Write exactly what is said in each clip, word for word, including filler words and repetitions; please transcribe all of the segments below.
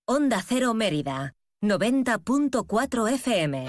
Onda Cero Mérida, noventa punto cuatro F M.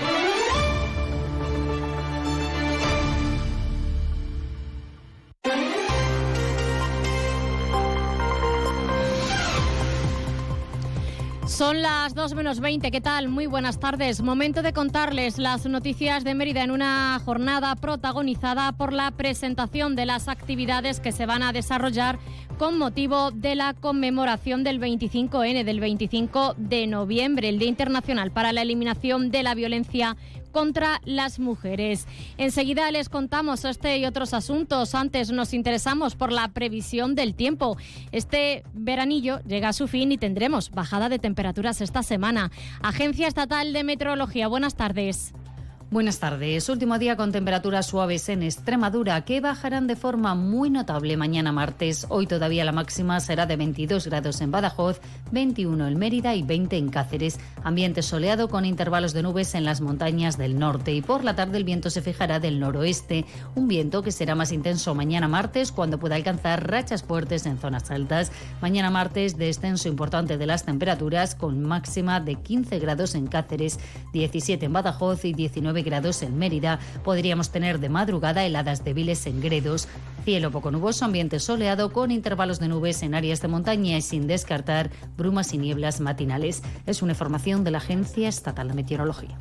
Son las dos menos veinte, ¿qué tal? Muy buenas tardes. Momento de contarles las noticias de Mérida en una jornada protagonizada por la presentación de las actividades que se van a desarrollar con motivo de la conmemoración del veinticinco ene, del veinticinco de noviembre, el Día Internacional para la Eliminación de la Violencia contra las mujeres. Enseguida les contamos este y otros asuntos. Antes nos interesamos por la previsión del tiempo. Este veranillo llega a su fin y tendremos bajada de temperaturas esta semana. Agencia Estatal de Meteorología, buenas tardes. Buenas tardes. Último día con temperaturas suaves en Extremadura que bajarán de forma muy notable mañana martes. Hoy todavía la máxima será de veintidós grados en Badajoz, veintiuno en Mérida y veinte en Cáceres. Ambiente soleado con intervalos de nubes en las montañas del norte y por la tarde el viento se fijará del noroeste. Un viento que será más intenso mañana martes cuando pueda alcanzar rachas fuertes en zonas altas. Mañana martes descenso importante de las temperaturas con máxima de quince grados en Cáceres, diecisiete en Badajoz y diecinueve grados en Mérida. Podríamos tener de madrugada heladas débiles en Gredos. Cielo poco nuboso, ambiente soleado con intervalos de nubes en áreas de montaña y sin descartar brumas y nieblas matinales. Es una información de la Agencia Estatal de Meteorología.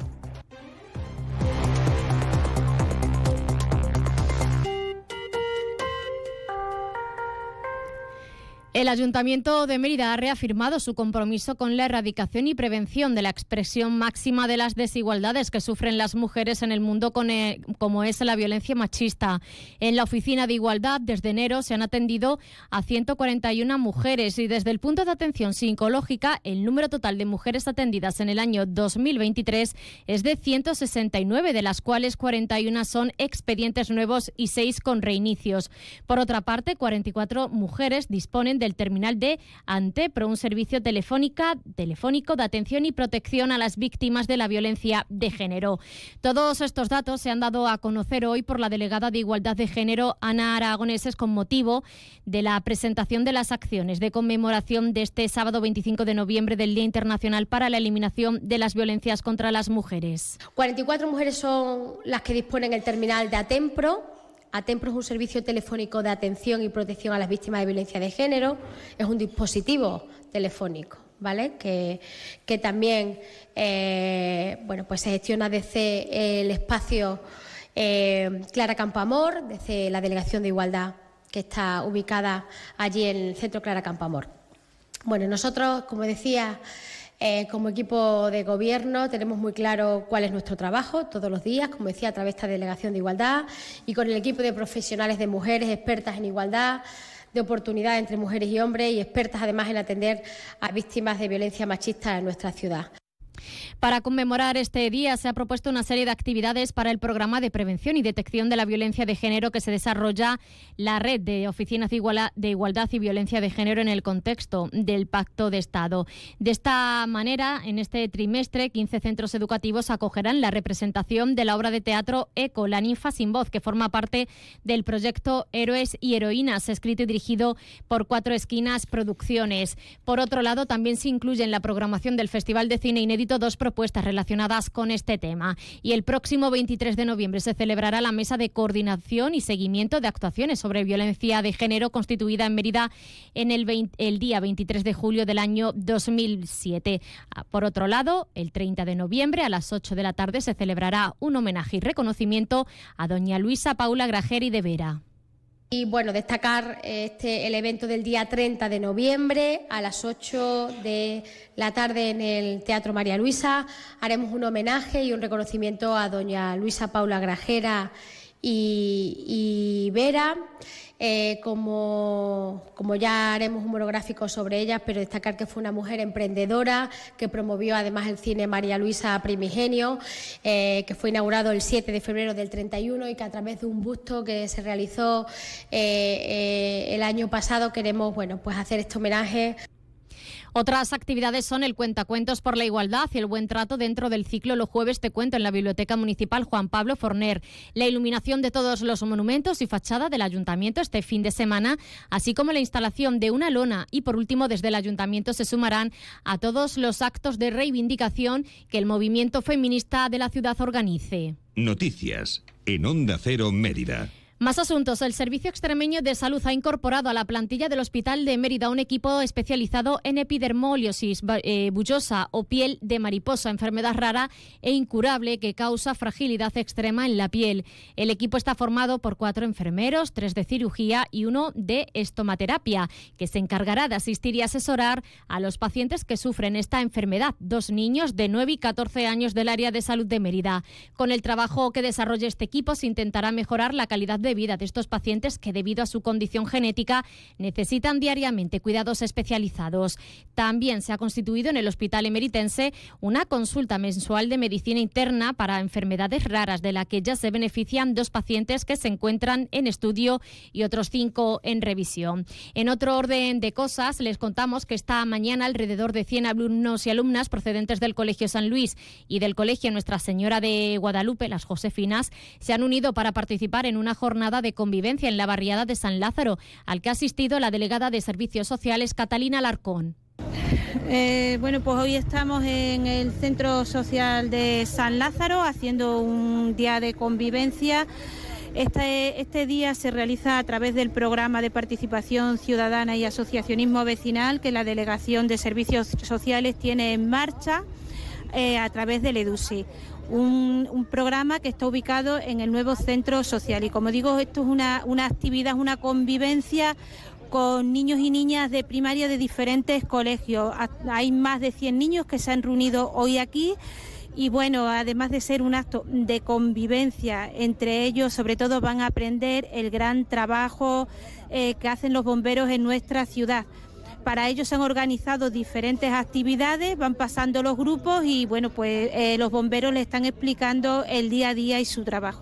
El Ayuntamiento de Mérida ha reafirmado su compromiso con la erradicación y prevención de la expresión máxima de las desigualdades que sufren las mujeres en el mundo, con el, como es la violencia machista. En la Oficina de Igualdad, desde enero, se han atendido a ciento cuarenta y una mujeres y desde el punto de atención psicológica, el número total de mujeres atendidas en el año dos mil veintitrés es de ciento sesenta y nueve, de las cuales cuarenta y una son expedientes nuevos y seis con reinicios. Por otra parte, cuarenta y cuatro mujeres disponen del terminal de Antepro, un servicio telefónica, telefónico de atención y protección a las víctimas de la violencia de género. Todos estos datos se han dado a conocer hoy por la delegada de Igualdad de Género, Ana Aragoneses, con motivo de la presentación de las acciones de conmemoración de este sábado veinticinco de noviembre del Día Internacional para la Eliminación de las Violencias contra las Mujeres. cuarenta y cuatro mujeres son las que disponen el terminal de Atempro. Atempro es un servicio telefónico de atención y protección a las víctimas de violencia de género. Es un dispositivo telefónico, ¿vale? Que, que también eh, bueno, pues se gestiona desde el espacio eh, Clara Campoamor, desde la Delegación de Igualdad, que está ubicada allí en el Centro Clara Campoamor. Bueno, nosotros, como decía, Eh, como equipo de gobierno tenemos muy claro cuál es nuestro trabajo todos los días, como decía, a través de esta Delegación de Igualdad y con el equipo de profesionales de mujeres expertas en igualdad, de oportunidad entre mujeres y hombres y expertas además en atender a víctimas de violencia machista en nuestra ciudad. Para conmemorar este día se ha propuesto una serie de actividades para el programa de prevención y detección de la violencia de género que se desarrolla la red de oficinas de igualdad y violencia de género en el contexto del Pacto de Estado. De esta manera, en este trimestre, quince centros educativos acogerán la representación de la obra de teatro Eco, la ninfa sin voz, que forma parte del proyecto Héroes y Heroínas, escrito y dirigido por Cuatro Esquinas Producciones. Por otro lado, también se incluye en la programación del Festival de Cine Inédito dos propuestas relacionadas con este tema. Y el próximo veintitrés de noviembre se celebrará la mesa de coordinación y seguimiento de actuaciones sobre violencia de género constituida en Mérida en el, veinte, el día veintitrés de julio del año dos mil siete. Por otro lado, el treinta de noviembre a las ocho de la tarde se celebrará un homenaje y reconocimiento a doña Luisa Paula Grajeri de Vera. Y bueno, destacar este, el evento del día treinta de noviembre a las ocho de la tarde en el Teatro María Luisa. Haremos un homenaje y un reconocimiento a doña Luisa Paula Grajera y, y Vera. Eh, como, como ya haremos un monográfico sobre ellas, pero destacar que fue una mujer emprendedora que promovió además el cine María Luisa Primigenio, eh, que fue inaugurado el siete de febrero del treinta y uno y que a través de un busto que se realizó eh, eh, el año pasado queremos bueno, pues hacer este homenaje. Otras actividades son el Cuentacuentos por la Igualdad y el Buen Trato dentro del ciclo Los Jueves Te Cuento en la Biblioteca Municipal Juan Pablo Forner, la iluminación de todos los monumentos y fachada del Ayuntamiento este fin de semana, así como la instalación de una lona y, por último, desde el Ayuntamiento se sumarán a todos los actos de reivindicación que el movimiento feminista de la ciudad organice. Noticias en Onda Cero Mérida. Más asuntos. El Servicio Extremeño de Salud ha incorporado a la plantilla del Hospital de Mérida un equipo especializado en epidermoliosis eh, bullosa o piel de mariposa, enfermedad rara e incurable que causa fragilidad extrema en la piel. El equipo está formado por cuatro enfermeros, tres de cirugía y uno de estomaterapia, que se encargará de asistir y asesorar a los pacientes que sufren esta enfermedad, dos niños de nueve y catorce años del área de salud de Mérida. Con el trabajo que desarrolla este equipo se intentará mejorar la calidad de de vida de estos pacientes que, debido a su condición genética, necesitan diariamente cuidados especializados. También se ha constituido en el Hospital Emeritense una consulta mensual de medicina interna para enfermedades raras, de la que ya se benefician dos pacientes que se encuentran en estudio y otros cinco en revisión. En otro orden de cosas, les contamos que esta mañana alrededor de cien alumnos y alumnas procedentes del Colegio San Luis y del Colegio Nuestra Señora de Guadalupe, las Josefinas, se han unido para participar en una jornada de convivencia en la barriada de San Lázaro, al que ha asistido la delegada de Servicios Sociales, Catalina Alarcón. Eh, bueno, pues hoy estamos en el Centro Social de San Lázaro haciendo un día de convivencia. Este, este día se realiza a través del programa de participación ciudadana y asociacionismo vecinal que la Delegación de Servicios Sociales tiene en marcha eh, a través del EDUSI. Un, un programa que está ubicado en el nuevo centro social y, como digo, esto es una, una actividad, una convivencia con niños y niñas de primaria de diferentes colegios. Hay más de cien niños que se han reunido hoy aquí y, bueno, además de ser un acto de convivencia entre ellos, sobre todo van a aprender el gran trabajo eh, que hacen los bomberos en nuestra ciudad. Para ellos se han organizado diferentes actividades, van pasando los grupos y, bueno, pues eh, los bomberos les están explicando el día a día y su trabajo.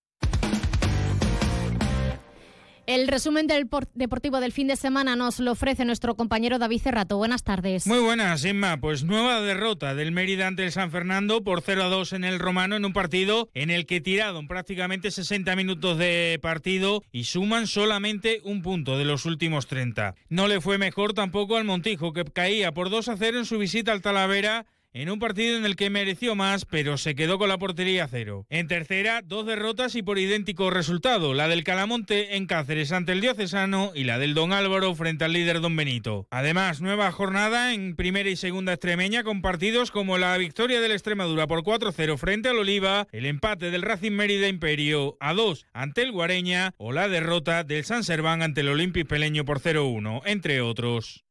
El resumen del deportivo del fin de semana nos lo ofrece nuestro compañero David Cerrato. Buenas tardes. Muy buenas, Inma. Pues nueva derrota del Mérida ante el San Fernando por cero a dos en el Romano, en un partido en el que tiraron prácticamente sesenta minutos de partido y suman solamente un punto de los últimos treinta. No le fue mejor tampoco al Montijo, que caía por dos a cero en su visita al Talavera, en un partido en el que mereció más, pero se quedó con la portería a cero. En tercera, dos derrotas y por idéntico resultado, la del Calamonte en Cáceres ante el Diocesano y la del Don Álvaro frente al líder Don Benito. Además, nueva jornada en primera y segunda extremeña con partidos como la victoria del Extremadura por cuatro a cero frente al Oliva, el empate del Racing Mérida Imperio a dos ante el Guareña o la derrota del San Serván ante el Olympic Peleño por cero a uno, entre otros.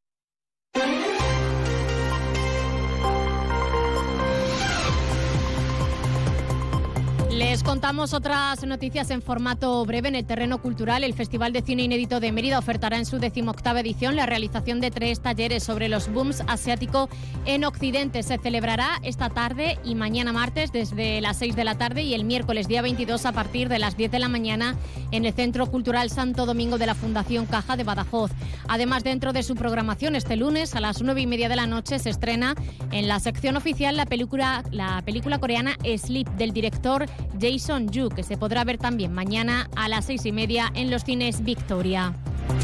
Les contamos otras noticias en formato breve. En el terreno cultural, el Festival de Cine Inédito de Mérida ofertará en su decimoctava edición la realización de tres talleres sobre los booms asiáticos en Occidente. Se celebrará esta tarde y mañana martes desde las seis de la tarde y el miércoles día veintidós a partir de las diez de la mañana en el Centro Cultural Santo Domingo de la Fundación Caja de Badajoz. Además, dentro de su programación, este lunes a las nueve y media de la noche se estrena en la sección oficial la película, la película coreana Sleep del director Jason Yu, que se podrá ver también mañana a las seis y media en los cines Victoria.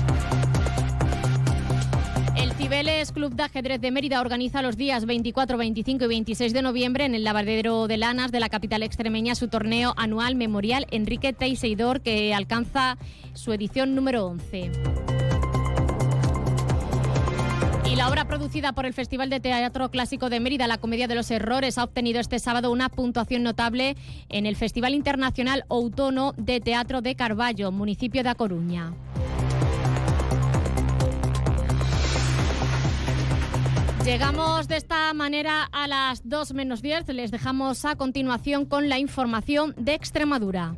El Cibeles Club de Ajedrez de Mérida organiza los días veinticuatro, veinticinco y veintiséis de noviembre en el lavadero de Lanas de la capital extremeña su torneo anual memorial Enrique Teixeidor, que alcanza su edición número once. Y la obra producida por el Festival de Teatro Clásico de Mérida, La Comedia de los Errores, ha obtenido este sábado una puntuación notable en el Festival Internacional Outono de Teatro de Carballo, municipio de A Coruña. Llegamos de esta manera a las dos menos diez. Les dejamos a continuación con la información de Extremadura.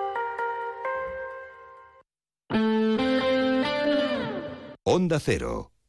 Onda Cero.